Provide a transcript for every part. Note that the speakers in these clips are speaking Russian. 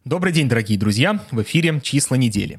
Добрый день, дорогие друзья! В эфире «Числа недели».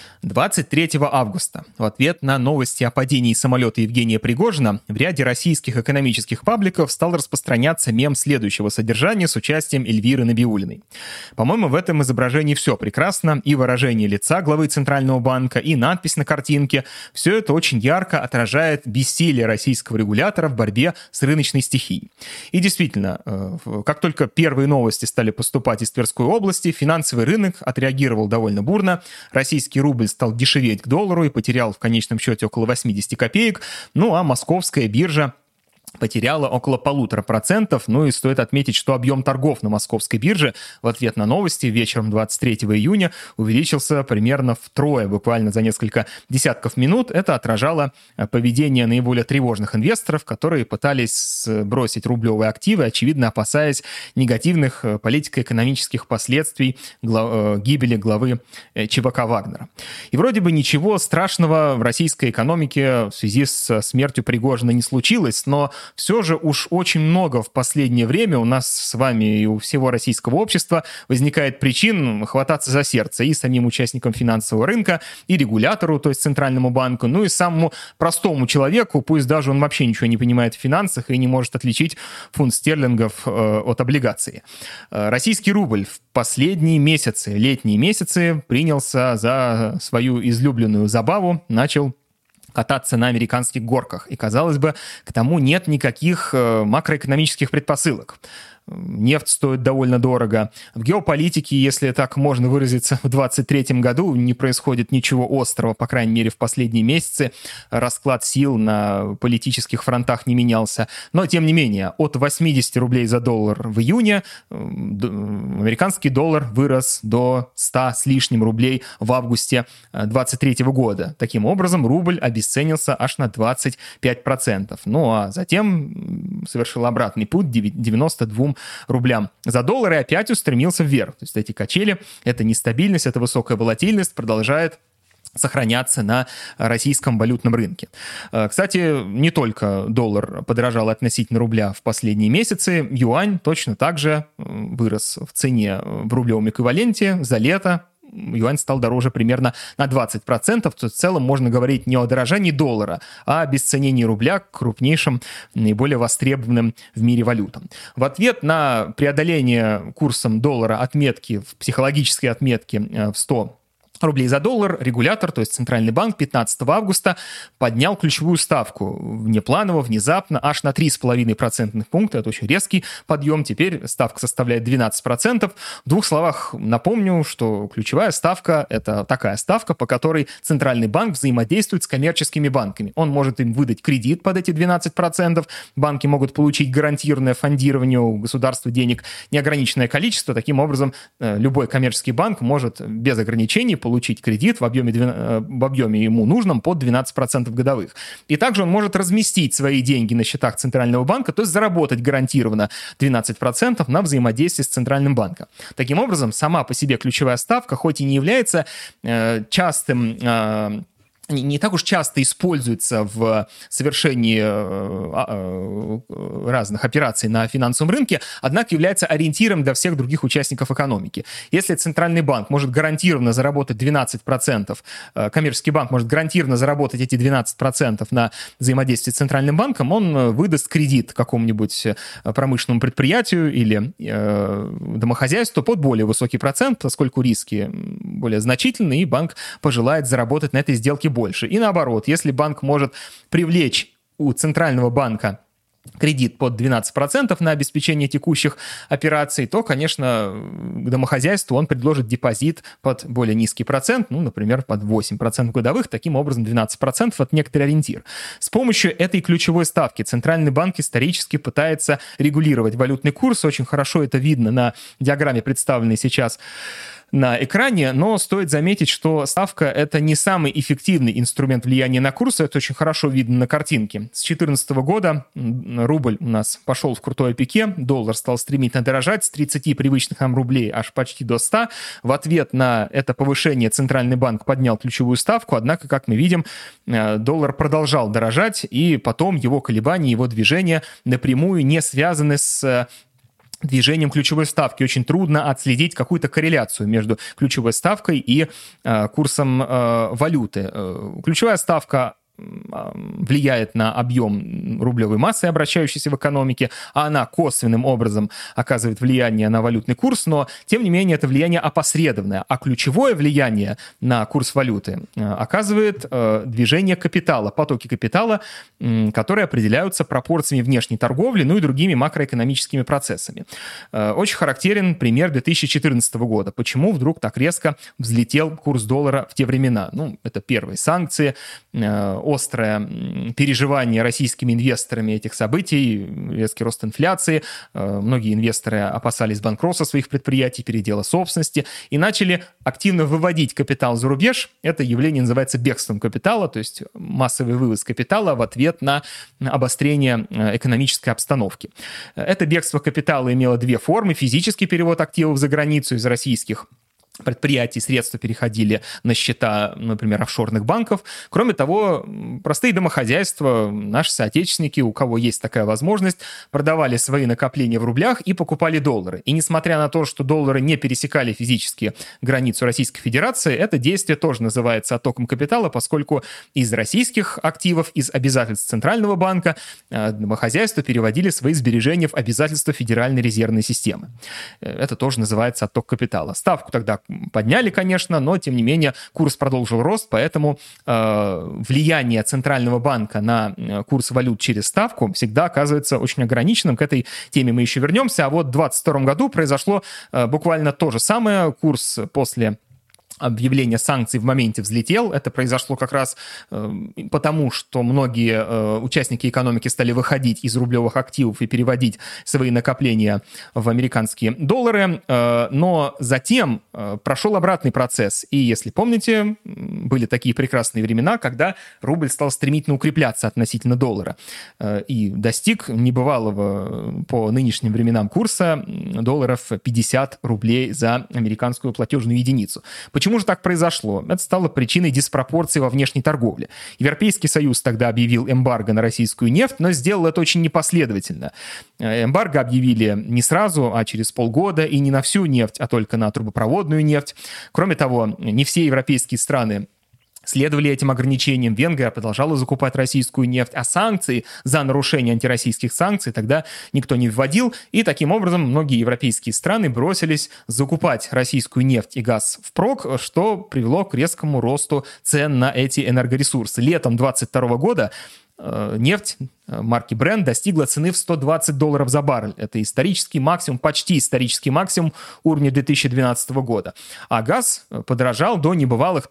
23 августа в ответ на новости о падении самолета Евгения Пригожина в ряде российских экономических пабликов стал распространяться мем следующего содержания с участием Эльвиры Набиуллиной. По-моему, в этом изображении все прекрасно, и выражение лица главы Центрального банка, и надпись на картинке. Все это очень ярко отражает бессилие российского регулятора в борьбе с рыночной стихией. И действительно, как только первые новости стали поступать из Тверской области, финансовый рынок отреагировал довольно бурно. Российский рубль стал дешеветь к доллару и потерял в конечном счете около 80 копеек. Ну а московская биржа потеряла около 1,5%. Ну и стоит отметить, что объем торгов на московской бирже в ответ на новости вечером 23 июня увеличился примерно втрое, буквально за несколько десятков минут. Это отражало поведение наиболее тревожных инвесторов, которые пытались бросить рублевые активы, очевидно опасаясь негативных политико-экономических последствий гибели главы ЧВК «Вагнера». И вроде бы ничего страшного в российской экономике в связи с смертью Пригожина не случилось, но все же уж очень много в последнее время у нас с вами и у всего российского общества возникает причин хвататься за сердце и самим участникам финансового рынка, и регулятору, то есть Центральному банку, ну и самому простому человеку, пусть даже он вообще ничего не понимает в финансах и не может отличить фунт стерлингов от облигаций. Российский рубль в последние месяцы, летние месяцы, принялся за свою излюбленную забаву, начал кататься на американских горках. И, казалось бы, к тому нет никаких макроэкономических предпосылок. Нефть стоит довольно дорого. В геополитике, если так можно выразиться, в 2023 году не происходит ничего острого, по крайней мере, в последние месяцы. Расклад сил на политических фронтах не менялся. Но, тем не менее, от 80 рублей за доллар в июне американский доллар вырос до 100 с лишним рублей в августе 2023 года. Таким образом, рубль обесценился аж на 25%. Ну, а затем совершил обратный путь 92 рублям за доллар и опять устремился вверх. То есть эти качели, эта нестабильность, эта высокая волатильность продолжает сохраняться на российском валютном рынке. Кстати, не только доллар подорожал относительно рубля в последние месяцы, юань точно так же вырос в цене в рублевом эквиваленте за лето. Юань стал дороже примерно на 20%, то в целом можно говорить не о дорожании доллара, а о обесценении рубля к крупнейшим, наиболее востребованным в мире валютам. В ответ на преодоление курсом доллара отметки, психологической отметки в 100 рублей за доллар, регулятор, то есть Центральный банк, 15 августа поднял ключевую ставку внепланово, внезапно, аж на 3,5% пункта. Это очень резкий подъем. Теперь ставка составляет 12%. В двух словах напомню, что ключевая ставка – это такая ставка, по которой Центральный банк взаимодействует с коммерческими банками. Он может им выдать кредит под эти 12%. Банки могут получить гарантированное фондирование у государства денег неограниченное количество. Таким образом, любой коммерческий банк может без ограничений получить кредит в объеме ему нужном под 12% годовых. И также он может разместить свои деньги на счетах Центрального банка, то есть заработать гарантированно 12% на взаимодействии с Центральным банком. Таким образом, сама по себе ключевая ставка, хоть и не является не так уж часто используется в совершении разных операций на финансовом рынке, однако является ориентиром для всех других участников экономики. Если Центральный банк может гарантированно заработать 12%, коммерческий банк может гарантированно заработать эти 12% на взаимодействии с Центральным банком, он выдаст кредит какому-нибудь промышленному предприятию или домохозяйству под более высокий процент, поскольку риски более значительные, и банк пожелает заработать на этой сделке больше. И наоборот, если банк может привлечь у Центрального банка кредит под 12% на обеспечение текущих операций, то, конечно, к домохозяйству он предложит депозит под более низкий процент, ну, например, под 8% годовых. Таким образом, 12% — это некоторый ориентир. С помощью этой ключевой ставки Центральный банк исторически пытается регулировать валютный курс. Очень хорошо это видно на диаграмме, представленной сейчас на экране, но стоит заметить, что ставка — это не самый эффективный инструмент влияния на курс, это очень хорошо видно на картинке. С 2014 года рубль у нас пошел в крутой пике, доллар стал стремительно дорожать с 30 привычных нам рублей аж почти до 100. В ответ на это повышение Центральный банк поднял ключевую ставку, однако, как мы видим, доллар продолжал дорожать, и потом его колебания, его движения напрямую не связаны с движением ключевой ставки. Очень трудно отследить какую-то корреляцию между ключевой ставкой и курсом валюты. Ключевая ставка влияет на объем рублевой массы, обращающейся в экономике, а она косвенным образом оказывает влияние на валютный курс, но, тем не менее, это влияние опосредованное, а ключевое влияние на курс валюты оказывает движение капитала, потоки капитала, которые определяются пропорциями внешней торговли, ну и другими макроэкономическими процессами. Очень характерен пример 2014 года. Почему вдруг так резко взлетел курс доллара в те времена? Ну, это первые санкции, острое переживание российскими инвесторами этих событий, резкий рост инфляции. Многие инвесторы опасались банкротства своих предприятий, передела собственности и начали активно выводить капитал за рубеж. Это явление называется бегством капитала, то есть массовый вывоз капитала в ответ на обострение экономической обстановки. Это бегство капитала имело две формы. Физический перевод активов за границу из российских предприятий, средства переходили на счета, например, офшорных банков. Кроме того, простые домохозяйства, наши соотечественники, у кого есть такая возможность, продавали свои накопления в рублях и покупали доллары. И несмотря на то, что доллары не пересекали физически границу Российской Федерации, это действие тоже называется оттоком капитала, поскольку из российских активов, из обязательств Центрального банка домохозяйства переводили свои сбережения в обязательства Федеральной резервной системы. Это тоже называется отток капитала. Ставку тогда подняли, конечно, но, тем не менее, курс продолжил рост, поэтому влияние Центрального банка на курс валют через ставку всегда оказывается очень ограниченным. К этой теме мы еще вернемся. А вот в 2022 году произошло буквально то же самое. Курс после объявление санкций в моменте взлетел. Это произошло как раз потому, что многие участники экономики стали выходить из рублевых активов и переводить свои накопления в американские доллары. Но затем прошел обратный процесс. И, если помните, были такие прекрасные времена, когда рубль стал стремительно укрепляться относительно доллара и достиг небывалого по нынешним временам курса долларов 50 рублей за американскую платежную единицу. Почему же так произошло? Это стало причиной диспропорции во внешней торговле. Европейский Союз тогда объявил эмбарго на российскую нефть, но сделал это очень непоследовательно. Эмбарго объявили не сразу, а через полгода, и не на всю нефть, а только на трубопроводную нефть. Кроме того, не все европейские страны следовали этим ограничениям. Венгрия продолжала закупать российскую нефть, а санкции за нарушение антироссийских санкций тогда никто не вводил. И таким образом многие европейские страны бросились закупать российскую нефть и газ впрок, что привело к резкому росту цен на эти энергоресурсы. Летом 2022 года нефть марки Brent достигла цены в $120 за баррель. Это исторический максимум, почти исторический максимум уровня 2012 года. А газ подорожал до небывалых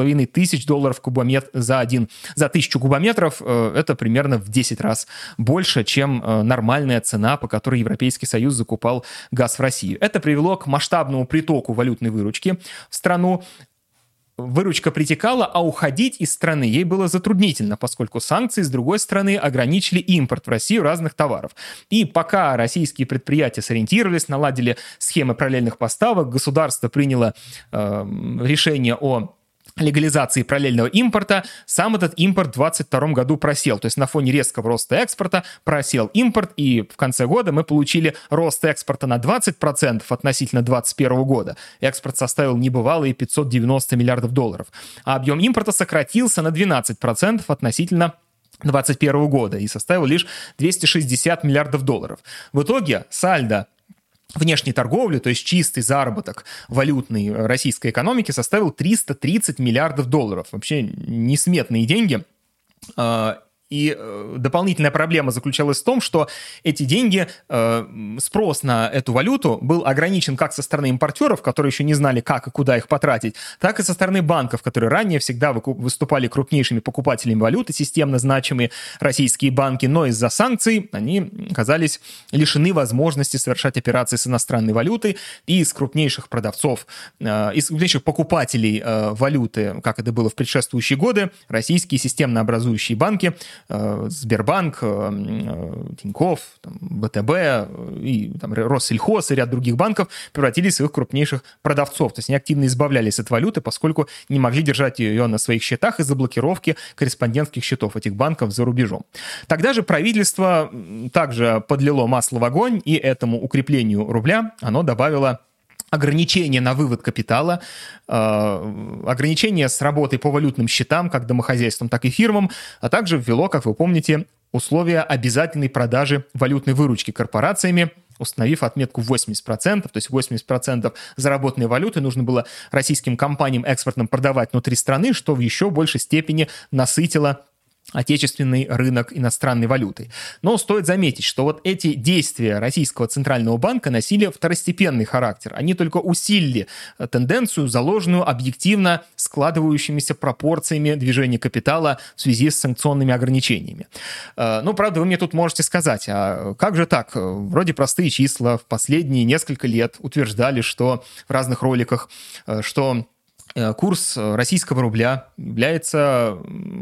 $3500 за 1000 кубометров. Это примерно в 10 раз больше, чем нормальная цена, по которой Европейский Союз закупал газ в Россию. Это привело к масштабному притоку валютной выручки в страну. Выручка притекала, а уходить из страны ей было затруднительно, поскольку санкции, с другой стороны, ограничили импорт в Россию разных товаров. И пока российские предприятия сориентировались, наладили схемы параллельных поставок, государство приняло решение о легализации параллельного импорта, сам этот импорт в 2022 году просел. То есть на фоне резкого роста экспорта просел импорт, и в конце года мы получили рост экспорта на 20% относительно 2021 года. Экспорт составил небывалые $590 миллиардов, а объем импорта сократился на 12% относительно 2021 года и составил лишь $260 миллиардов. В итоге сальдо внешней торговли, то есть чистый заработок валютной российской экономики, составил $330 миллиардов. Вообще несметные деньги. И дополнительная проблема заключалась в том, что эти деньги, спрос на эту валюту был ограничен как со стороны импортеров, которые еще не знали, как и куда их потратить, так и со стороны банков, которые ранее всегда выступали крупнейшими покупателями валюты, системно значимые российские банки, но из-за санкций они оказались лишены возможности совершать операции с иностранной валютой, и из крупнейших продавцов, из крупнейших покупателей валюты, как это было в предшествующие годы, российские системно образующие банки Сбербанк, Тинькофф, ВТБ и Россельхоз и ряд других банков превратились в своих крупнейших продавцов. То есть они активно избавлялись от валюты, поскольку не могли держать ее на своих счетах из-за блокировки корреспондентских счетов этих банков за рубежом. Тогда же правительство также подлило масло в огонь, и этому укреплению рубля оно добавило ограничения на вывод капитала, ограничения с работой по валютным счетам, как домохозяйствам, так и фирмам, а также ввело, как вы помните, условия обязательной продажи валютной выручки корпорациями, установив отметку в 80%, то есть 80% заработанной валюты нужно было российским компаниям экспортным продавать внутри страны, что в еще большей степени насытило отечественный рынок иностранной валюты. Но стоит заметить, что вот эти действия Российского Центрального банка носили второстепенный характер. Они только усилили тенденцию, заложенную объективно складывающимися пропорциями движения капитала в связи с санкционными ограничениями. Ну, правда, вы мне тут можете сказать, а как же так? Вроде простые числа в последние несколько лет утверждали, что в разных роликах, что курс российского рубля является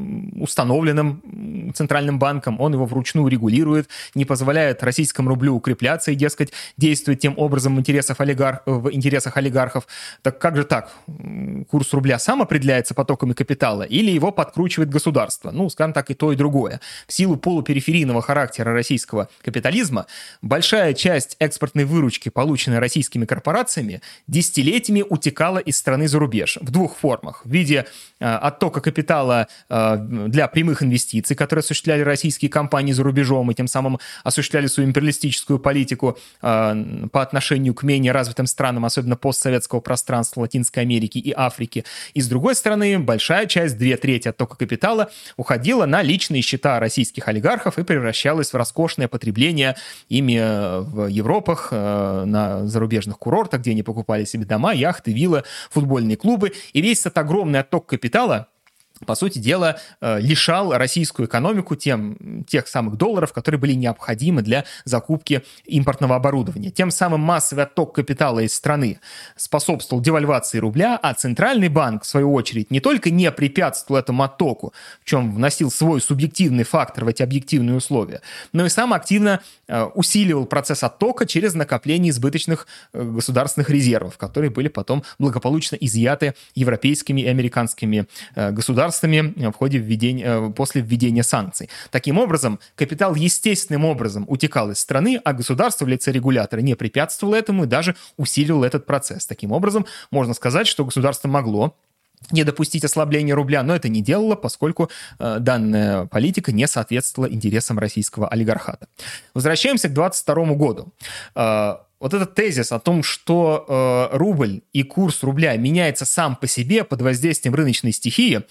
установленным Центральным банком, он его вручную регулирует, не позволяет российскому рублю укрепляться и, дескать, действует тем образом в интересах олигархов. Так как же так? Курс рубля сам определяется потоками капитала или его подкручивает государство? Ну, скажем так, и то, и другое. В силу полупериферийного характера российского капитализма большая часть экспортной выручки, полученной российскими корпорациями, десятилетиями утекала из страны за рубеж. В двух формах. В виде оттока капитала для прямых инвестиций, которые осуществляли российские компании за рубежом и тем самым осуществляли свою империалистическую политику по отношению к менее развитым странам, особенно постсоветского пространства Латинской Америки и Африки. И с другой стороны, большая часть, 2/3 оттока капитала уходила на личные счета российских олигархов и превращалась в роскошное потребление ими в Европах, на зарубежных курортах, где они покупали себе дома, яхты, виллы, футбольные клубы. И весь этот огромный отток капитала, по сути дела, лишал российскую экономику тех самых долларов, которые были необходимы для закупки импортного оборудования. Тем самым массовый отток капитала из страны способствовал девальвации рубля, а Центральный банк, в свою очередь, не только не препятствовал этому оттоку, в чем вносил свой субъективный фактор в эти объективные условия, но и сам активно усиливал процесс оттока через накопление избыточных государственных резервов, которые были потом благополучно изъяты европейскими и американскими государствами в ходе после введения санкций. Таким образом, капитал естественным образом утекал из страны, а государство в лице регулятора не препятствовало этому и даже усиливало этот процесс. Таким образом, можно сказать, что государство могло не допустить ослабления рубля, но это не делало, поскольку данная политика не соответствовала интересам российского олигархата. Возвращаемся к 2022 году. Вот этот тезис о том, что рубль и курс рубля меняется сам по себе под воздействием рыночной стихии,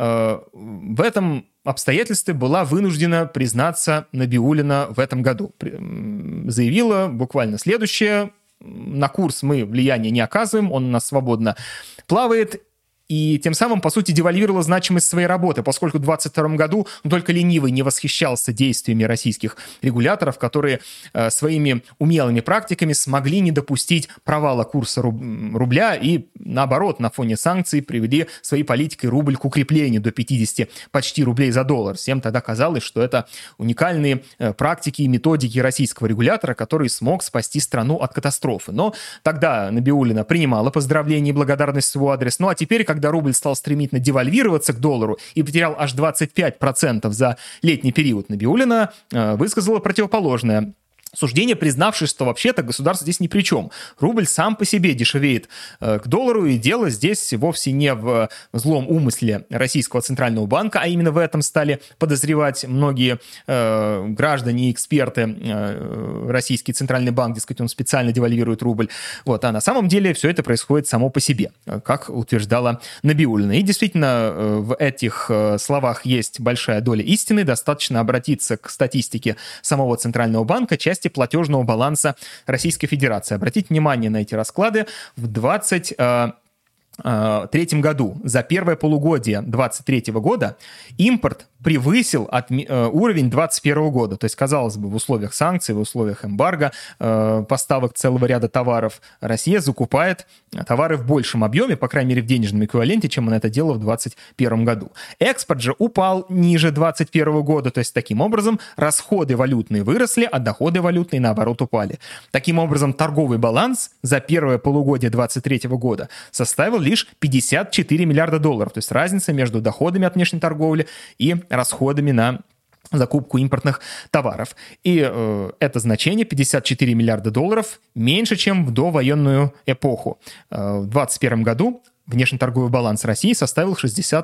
в этом обстоятельстве была вынуждена признаться Набиуллина в этом году. Заявила буквально следующее: на курс мы влияния не оказываем, он у нас свободно плавает. И тем самым, по сути, девальвировала значимость своей работы, поскольку в 2022 году только ленивый не восхищался действиями российских регуляторов, которые своими умелыми практиками смогли не допустить провала курса рубля и, наоборот, на фоне санкций привели своей политикой рубль к укреплению до 50 почти рублей за доллар. Всем тогда казалось, что это уникальные практики и методики российского регулятора, который смог спасти страну от катастрофы. Но тогда Набиуллина принимала поздравления и благодарность в свой адрес. Ну а теперь, когда рубль стал стремительно девальвироваться к доллару и потерял аж 25% за летний период, Набиуллина высказала противоположное суждение, признавшись, что вообще-то государство здесь ни при чем. Рубль сам по себе дешевеет к доллару, и дело здесь вовсе не в злом умысле Российского Центрального банка, а именно в этом стали подозревать многие граждане и эксперты. Российский Центральный банк, дескать, он специально девальвирует рубль. Вот. А на самом деле все это происходит само по себе, как утверждала Набиуллина. И действительно, в этих словах есть большая доля истины. Достаточно обратиться к статистике самого Центрального банка, часть платежного баланса Российской Федерации. Обратите внимание на эти расклады. В 2022 2023 году, за первое полугодие 2023 года, импорт превысил уровень 2021 года. То есть, казалось бы, в условиях санкций, в условиях эмбарго, поставок целого ряда товаров, Россия закупает товары в большем объеме, по крайней мере, в денежном эквиваленте, чем она это делала в 2021 году. Экспорт же упал ниже 2021 года, то есть, таким образом, расходы валютные выросли, а доходы валютные, наоборот, упали. Таким образом, торговый баланс за первое полугодие 2023 года составил лишь 54 миллиарда долларов, то есть разница между доходами от внешней торговли и расходами на закупку импортных товаров. И это значение, 54 миллиарда долларов, меньше, чем в довоенную эпоху. В 2021 году внешнеторговый баланс России составил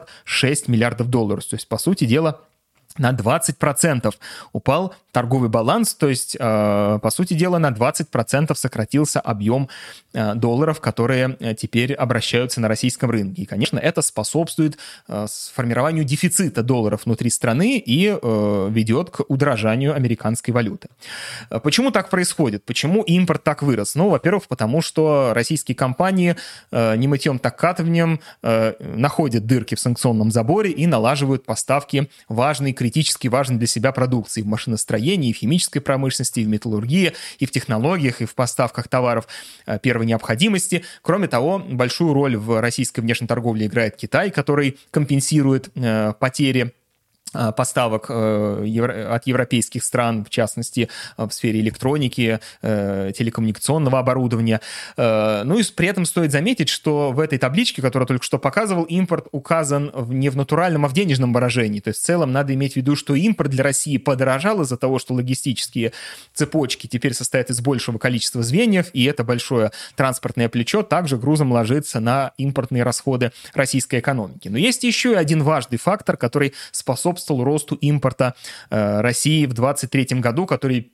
66 миллиардов долларов. То есть, по сути дела, на 20% упал торговый баланс, то есть, по сути дела, на 20% сократился объем долларов, которые теперь обращаются на российском рынке. И, конечно, это способствует сформированию дефицита долларов внутри страны и ведет к удорожанию американской валюты. Почему так происходит? Почему импорт так вырос? Ну, во-первых, потому что российские компании не мытьем, так катаньем находят дырки в санкционном заборе и налаживают поставки критически важной для себя продукции в машиностроении, и в химической промышленности, и в металлургии, и в технологиях, и в поставках товаров первой необходимости. Кроме того, большую роль в российской внешней торговле играет Китай, который компенсирует потери поставок от европейских стран, в частности, в сфере электроники, телекоммуникационного оборудования. Ну и при этом стоит заметить, что в этой табличке, которую я только что показывал, импорт указан не в натуральном, а в денежном выражении. То есть в целом надо иметь в виду, что импорт для России подорожал из-за того, что логистические цепочки теперь состоят из большего количества звеньев, и это большое транспортное плечо также грузом ложится на импортные расходы российской экономики. Но есть еще и один важный фактор, который способствовал росту импорта России в 2023 году, который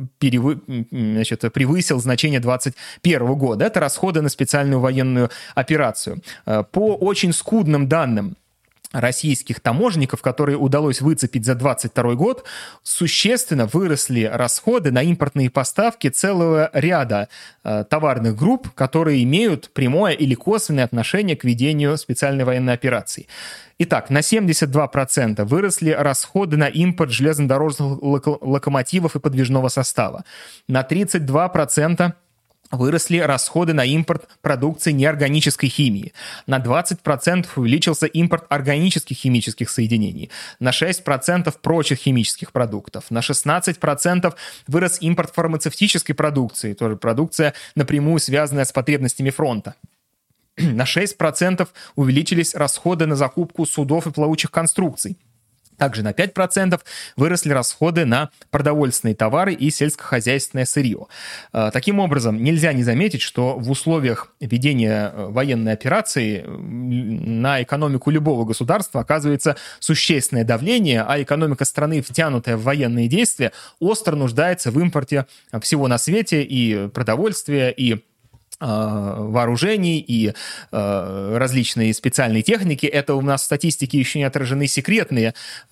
превысил значение 2021 года. Это расходы на специальную военную операцию. По очень скудным данным российских таможенников, которые удалось выцепить за 2022 год, существенно выросли расходы на импортные поставки целого ряда товарных групп, которые имеют прямое или косвенное отношение к ведению специальной военной операции. Итак, на 72% выросли расходы на импорт железнодорожных локомотивов и подвижного состава. На 32% выросли расходы на импорт продукции неорганической химии. На 20% увеличился импорт органических химических соединений. На 6% прочих химических продуктов. На 16% вырос импорт фармацевтической продукции, тоже продукция, напрямую связанная с потребностями фронта. На 6% увеличились расходы на закупку судов и плавучих конструкций. Также на 5% выросли расходы на продовольственные товары и сельскохозяйственное сырье. Таким образом, нельзя не заметить, что в условиях ведения военной операции на экономику любого государства оказывается существенное давление, а экономика страны, втянутая в военные действия, остро нуждается в импорте всего на свете, и продовольствия, и вооружений, и различные специальные техники. Это у нас в статистике еще не отражены секретные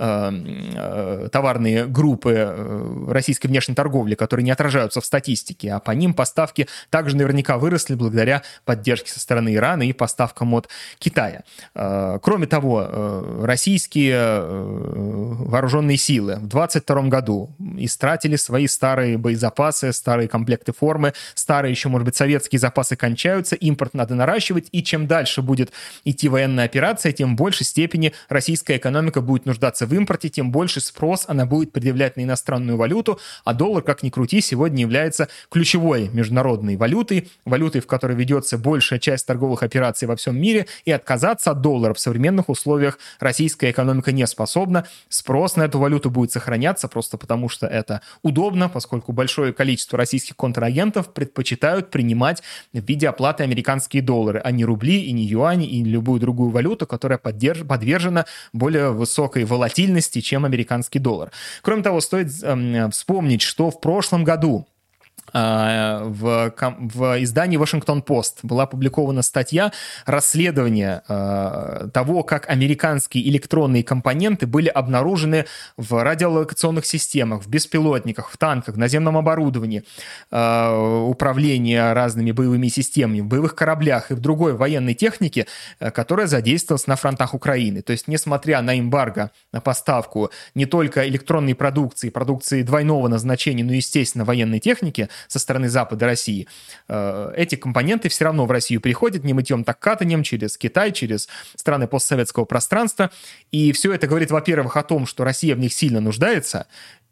товарные группы российской внешней торговли, которые не отражаются в статистике, а по ним поставки также наверняка выросли благодаря поддержке со стороны Ирана и поставкам от Китая. Кроме того, российские вооруженные силы в 2022 году истратили свои старые боезапасы, старые комплекты формы, старые еще, может быть, советские запасы кончаются, импорт надо наращивать, и чем дальше будет идти военная операция, тем в большей степени российская экономика будет нуждаться в импорте, тем больше спрос она будет предъявлять на иностранную валюту, а доллар, как ни крути, сегодня является ключевой международной валютой, валютой, в которой ведется большая часть торговых операций во всем мире, и отказаться от доллара в современных условиях российская экономика не способна. Спрос на эту валюту будет сохраняться просто потому, что это удобно, поскольку большое количество российских контрагентов предпочитают принимать в виде оплаты американские доллары, а не рубли, и не юани, и любую другую валюту, которая подвержена более высокой волатильности, чем американский доллар. Кроме того, стоит вспомнить, что в прошлом году в издании «Вашингтон-Пост» была опубликована статья расследования того, как американские электронные компоненты были обнаружены в радиолокационных системах, в беспилотниках, в танках, в наземном оборудовании, управления разными боевыми системами, в боевых кораблях и в другой военной технике, которая задействовалась на фронтах Украины. То есть, несмотря на эмбарго на поставку не только электронной продукции двойного назначения, но, естественно, военной техники, со стороны Запада России, эти компоненты все равно в Россию приходят не мытьем, так катанием через Китай, через страны постсоветского пространства. И все это говорит, во-первых, о том, что Россия в них сильно нуждается,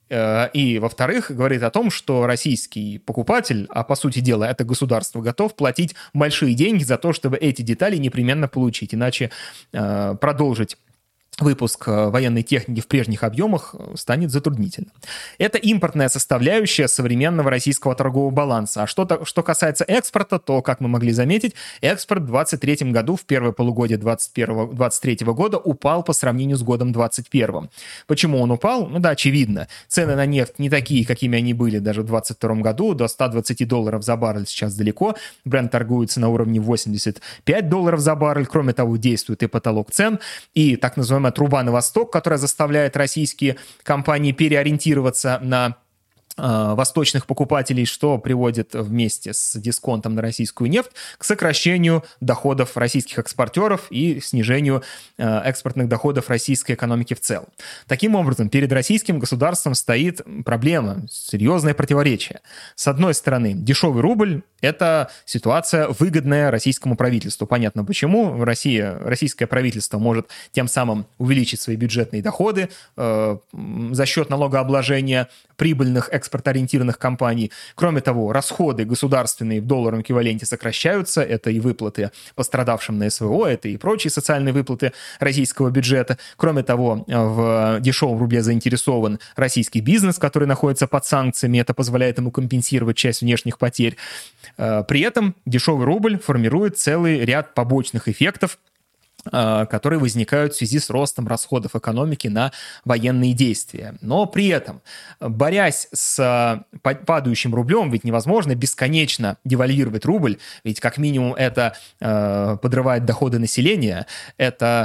и, во-вторых, говорит о том, что российский покупатель, а по сути дела это государство, готов платить большие деньги за то, чтобы эти детали непременно получить. Иначе продолжить выпуск военной техники в прежних объемах станет затруднительно. Это импортная составляющая современного российского торгового баланса. А что касается экспорта, то, как мы могли заметить, экспорт в 2023 году, в первое полугодие 2023 года упал по сравнению с годом 2021. Почему он упал? Ну да, очевидно. Цены на нефть не такие, какими они были даже в 2022 году. До $120 за баррель сейчас далеко. Бренд торгуется на уровне $85 за баррель. Кроме того, действует и потолок цен, и так называемая труба на восток, которая заставляет российские компании переориентироваться на восточных покупателей, что приводит вместе с дисконтом на российскую нефть к сокращению доходов российских экспортеров и снижению экспортных доходов российской экономики в целом. Таким образом, перед российским государством стоит проблема, серьезное противоречие. С одной стороны, дешевый рубль – это ситуация, выгодная российскому правительству. Понятно почему. Российское правительство может тем самым увеличить свои бюджетные доходы за счет налогообложения прибыльных экспортоориентированных компаний. Кроме того, расходы государственные в долларовом эквиваленте сокращаются. Это и выплаты пострадавшим на СВО, это и прочие социальные выплаты российского бюджета. Кроме того, в дешевом рубле заинтересован российский бизнес, который находится под санкциями. Это позволяет ему компенсировать часть внешних потерь. При этом дешевый рубль формирует целый ряд побочных эффектов, которые возникают в связи с ростом расходов экономики на военные действия. Но при этом, борясь с падающим рублем, ведь невозможно бесконечно девальвировать рубль, ведь как минимум это подрывает доходы населения, это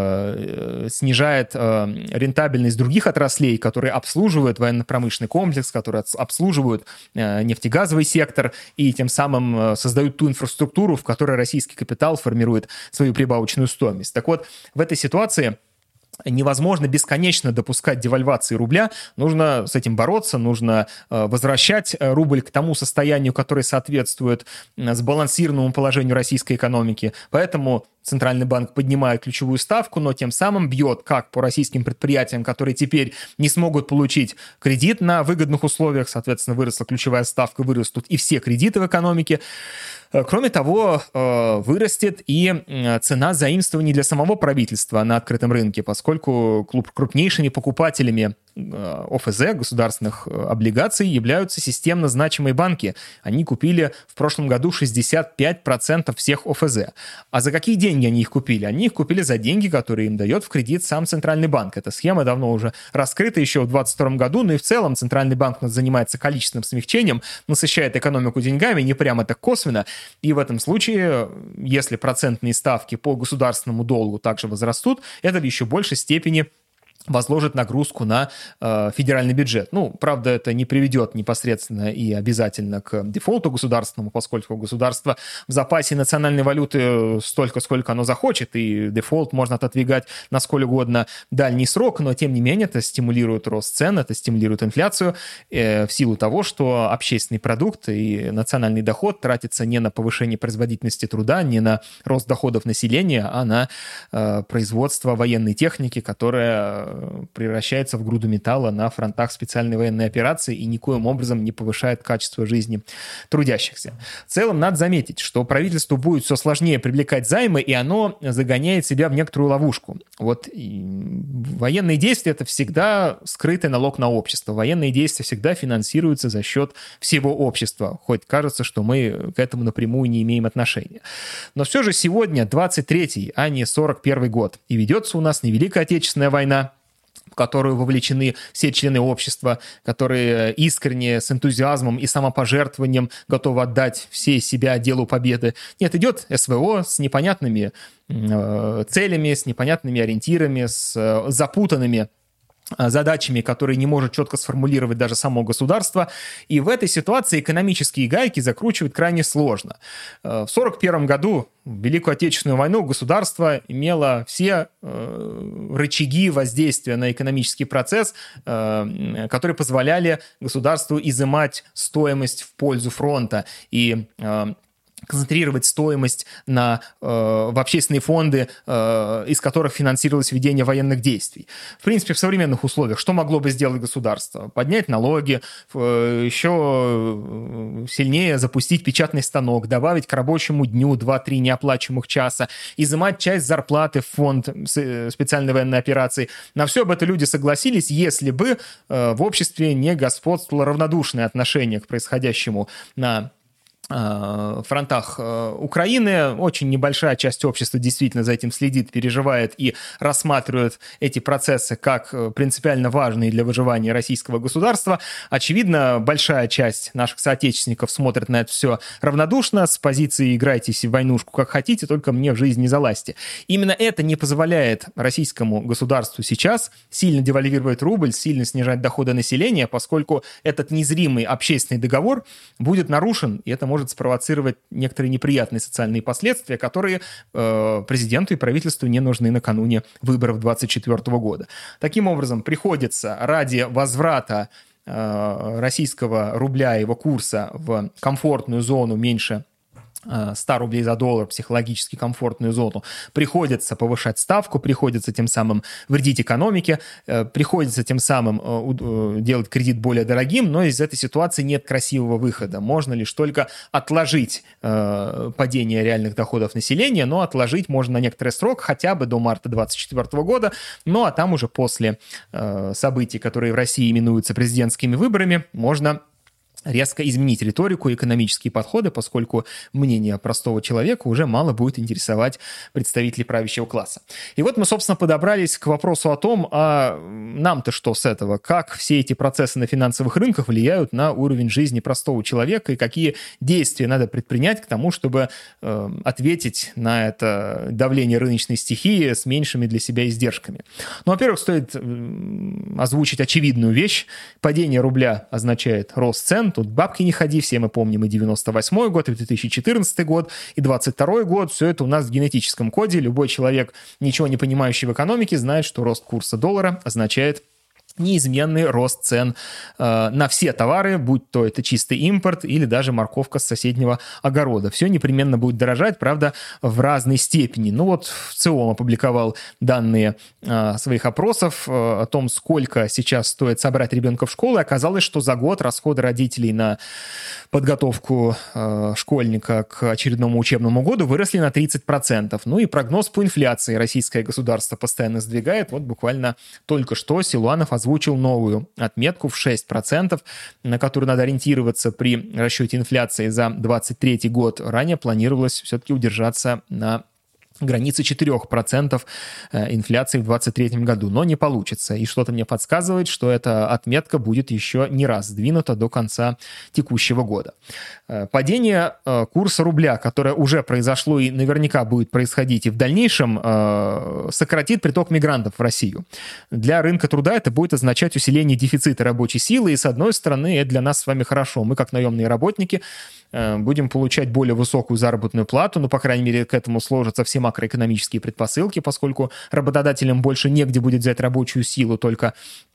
снижает рентабельность других отраслей, которые обслуживают военно-промышленный комплекс, которые обслуживают нефтегазовый сектор и тем самым создают ту инфраструктуру, в которой российский капитал формирует свою прибавочную стоимость. Так вот, в этой ситуации невозможно бесконечно допускать девальвации рубля, нужно с этим бороться, нужно возвращать рубль к тому состоянию, которое соответствует сбалансированному положению российской экономики. Поэтому Центральный банк поднимает ключевую ставку, но тем самым бьет как по российским предприятиям, которые теперь не смогут получить кредит на выгодных условиях, соответственно, выросла ключевая ставка, вырастут и все кредиты в экономике. Кроме того, вырастет и цена заимствований для самого правительства на открытом рынке, поскольку крупнейшими покупателями ОФЗ, государственных облигаций, являются системно значимые банки. Они купили в прошлом году 65% всех ОФЗ. А за какие деньги они их купили? Они их купили за деньги, которые им дает в кредит сам Центральный банк. Эта схема давно уже раскрыта еще в 2022 году, но и в целом Центральный банк занимается количественным смягчением, насыщает экономику деньгами, не прямо так косвенно. И в этом случае, если процентные ставки по государственному долгу также возрастут, это в еще большей степени возложит нагрузку на федеральный бюджет. Ну, правда, это не приведет непосредственно и обязательно к дефолту государственному, поскольку у государства в запасе национальной валюты столько, сколько оно захочет, и дефолт можно отодвигать на сколь угодно дальний срок, но, тем не менее, это стимулирует рост цен, это стимулирует инфляцию в силу того, что общественный продукт и национальный доход тратится не на повышение производительности труда, не на рост доходов населения, а на производство военной техники, которая превращается в груду металла на фронтах специальной военной операции и никоим образом не повышает качество жизни трудящихся. В целом, надо заметить, что правительству будет все сложнее привлекать займы, и оно загоняет себя в некоторую ловушку. Вот военные действия – это всегда скрытый налог на общество. Военные действия всегда финансируются за счет всего общества, хоть кажется, что мы к этому напрямую не имеем отношения. Но все же сегодня 23-й, а не 41-й год, и ведется у нас не Великая Отечественная война, которую вовлечены все члены общества, которые искренне, с энтузиазмом и самопожертвованием готовы отдать все себя делу победы. Нет, идет СВО с непонятными целями, с непонятными ориентирами, с запутанными задачами, которые не может четко сформулировать даже само государство. И в этой ситуации экономические гайки закручивать крайне сложно. В 1941 году, в Великую Отечественную войну, государство имело все рычаги воздействия на экономический процесс, которые позволяли государству изымать стоимость в пользу фронта и концентрировать стоимость в общественные фонды, из которых финансировалось ведение военных действий. В принципе, в современных условиях что могло бы сделать государство? Поднять налоги, еще сильнее запустить печатный станок, добавить к рабочему дню 2-3 неоплачиваемых часа, изымать часть зарплаты в фонд специальной военной операции. На все об это люди согласились, если бы в обществе не господствовало равнодушное отношение к происходящему на фронтах Украины. Очень небольшая часть общества действительно за этим следит, переживает и рассматривает эти процессы как принципиально важные для выживания российского государства. Очевидно, большая часть наших соотечественников смотрит на это все равнодушно, с позиции «играйтесь в войнушку как хотите, только мне в жизнь не залазьте». Именно это не позволяет российскому государству сейчас сильно девальвировать рубль, сильно снижать доходы населения, поскольку этот незримый общественный договор будет нарушен, и это может спровоцировать некоторые неприятные социальные последствия, которые президенту и правительству не нужны накануне выборов 2024 года. Таким образом, приходится ради возврата российского рубля, его курса в комфортную зону меньше 100 рублей за доллар, психологически комфортную зону, приходится повышать ставку, приходится тем самым вредить экономике, приходится тем самым делать кредит более дорогим, но из этой ситуации нет красивого выхода. Можно лишь только отложить падение реальных доходов населения, но отложить можно на некоторый срок, хотя бы до марта 2024 года, ну а там уже после событий, которые в России именуются президентскими выборами, можно резко изменить риторику и экономические подходы, поскольку мнение простого человека уже мало будет интересовать представителей правящего класса. И вот мы, собственно, подобрались к вопросу о том, а нам-то что с этого? Как все эти процессы на финансовых рынках влияют на уровень жизни простого человека и какие действия надо предпринять к тому, чтобы ответить на это давление рыночной стихии с меньшими для себя издержками. Ну, во-первых, стоит озвучить очевидную вещь. Падение рубля означает рост цен. Тут бабки не ходи, все мы помним и 98 год, и 2014 год, и 22 год. Все это у нас в генетическом коде. Любой человек, ничего не понимающий в экономике, знает, что рост курса доллара означает неизменный рост цен на все товары, будь то это чистый импорт или даже морковка с соседнего огорода. Все непременно будет дорожать, правда, в разной степени. Ну вот ВЦИОМ опубликовал данные своих опросов о том, сколько сейчас стоит собрать ребенка в школу, и оказалось, что за год расходы родителей на подготовку школьника к очередному учебному году выросли на 30%. Ну и прогноз по инфляции российское государство постоянно сдвигает. Вот буквально только что Силуанов озвучил новую отметку в 6%, на которую надо ориентироваться при расчете инфляции за 2023 год. Ранее планировалось все-таки удержаться на границы 4% инфляции в 2023 году, но не получится. И что-то мне подсказывает, что эта отметка будет еще не раз сдвинута до конца текущего года. Падение курса рубля, которое уже произошло и наверняка будет происходить и в дальнейшем, сократит приток мигрантов в Россию. Для рынка труда это будет означать усиление дефицита рабочей силы, и с одной стороны, это для нас с вами хорошо. Мы, как наемные работники, будем получать более высокую заработную плату, ну, по крайней мере, к этому сложатся все макроэкономические предпосылки, поскольку работодателям больше негде будет взять рабочую силу, только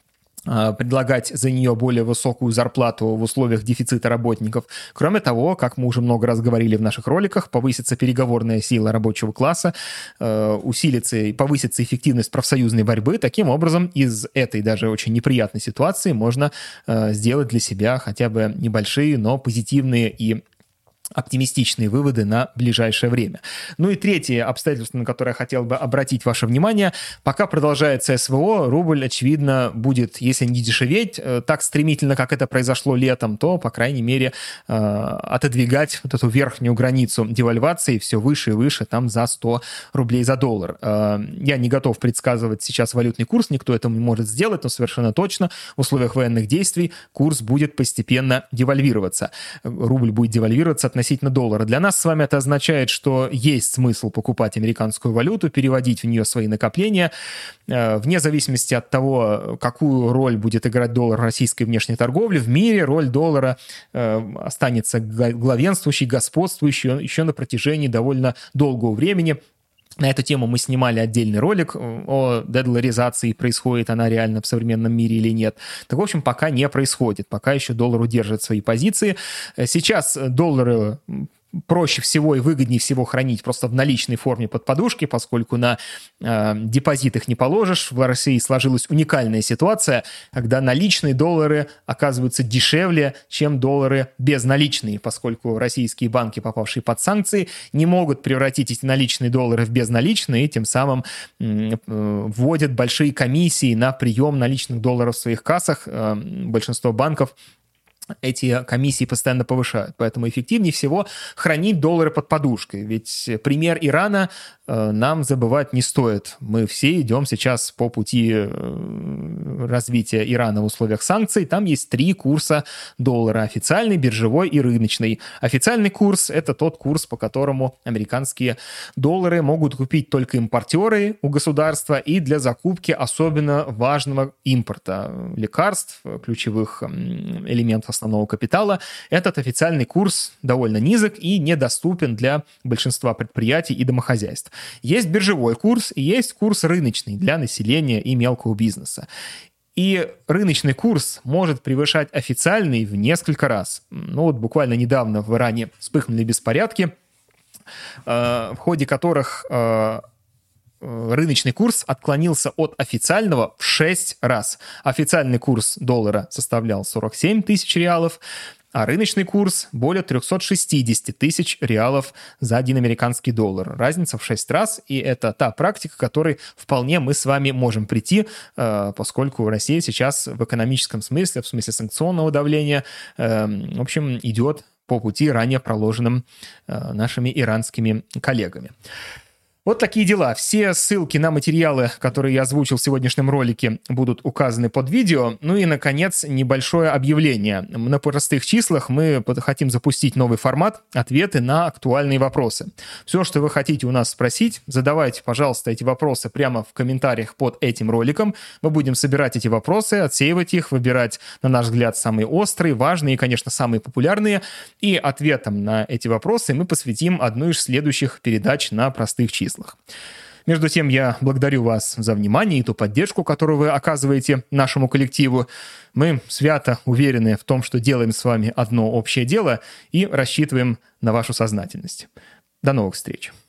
предлагать за нее более высокую зарплату в условиях дефицита работников. Кроме того, как мы уже много раз говорили в наших роликах, повысится переговорная сила рабочего класса, усилится и повысится эффективность профсоюзной борьбы. Таким образом, из этой даже очень неприятной ситуации можно сделать для себя хотя бы небольшие, но позитивные и оптимистичные выводы на ближайшее время. Ну и третье обстоятельство, на которое я хотел бы обратить ваше внимание. Пока продолжается СВО, рубль, очевидно, будет, если не дешеветь так стремительно, как это произошло летом, то, по крайней мере, отодвигать вот эту верхнюю границу девальвации все выше и выше, там за 100 рублей за доллар. Я не готов предсказывать сейчас валютный курс, никто этого не может сделать, но совершенно точно в условиях военных действий курс будет постепенно девальвироваться. Рубль будет девальвироваться относительно доллара. Для нас с вами это означает, что есть смысл покупать американскую валюту, переводить в нее свои накопления, вне зависимости от того, какую роль будет играть доллар в российской внешней торговле. В мире роль доллара останется главенствующей, господствующей еще на протяжении довольно долгого времени. На эту тему мы снимали отдельный ролик о дедоларизации, происходит она реально в современном мире или нет. Так, в общем, пока не происходит, пока еще доллар удерживает свои позиции. Сейчас доллары проще всего и выгоднее всего хранить просто в наличной форме под подушкой, поскольку на депозит их не положишь. В России сложилась уникальная ситуация, когда наличные доллары оказываются дешевле, чем доллары безналичные, поскольку российские банки, попавшие под санкции, не могут превратить эти наличные доллары в безналичные, и тем самым вводят большие комиссии на прием наличных долларов в своих кассах. Большинство банков эти комиссии постоянно повышают. Поэтому эффективнее всего хранить доллары под подушкой. Ведь пример Ирана нам забывать не стоит. Мы все идем сейчас по пути развития Ирана в условиях санкций. Там есть 3 курса доллара: официальный, биржевой и рыночный. Официальный курс – это тот курс, по которому американские доллары могут купить только импортеры у государства и для закупки особенно важного импорта – лекарств, ключевых элементов основного капитала. Этот официальный курс довольно низок и недоступен для большинства предприятий и домохозяйств. Есть биржевой курс и есть курс рыночный для населения и мелкого бизнеса. И рыночный курс может превышать официальный в несколько раз. Ну вот буквально недавно в Иране вспыхнули беспорядки, в ходе которых рыночный курс отклонился от официального в 6 раз. Официальный курс доллара составлял 47 тысяч реалов, а рыночный курс более 360 тысяч реалов за 1 американский доллар. Разница в 6 раз, и это та практика, к которой вполне мы с вами можем прийти, поскольку Россия сейчас в экономическом смысле, в смысле санкционного давления, в общем, идет по пути, ранее проложенным нашими иранскими коллегами. Вот такие дела. Все ссылки на материалы, которые я озвучил в сегодняшнем ролике, будут указаны под видео. Ну и, наконец, небольшое объявление. На простых числах мы хотим запустить новый формат «Ответы на актуальные вопросы». Все, что вы хотите у нас спросить, задавайте, пожалуйста, эти вопросы прямо в комментариях под этим роликом. Мы будем собирать эти вопросы, отсеивать их, выбирать, на наш взгляд, самые острые, важные и, конечно, самые популярные. И ответом на эти вопросы мы посвятим одну из следующих передач на простых числах. Между тем, я благодарю вас за внимание и ту поддержку, которую вы оказываете нашему коллективу. Мы свято уверены в том, что делаем с вами одно общее дело и рассчитываем на вашу сознательность. До новых встреч!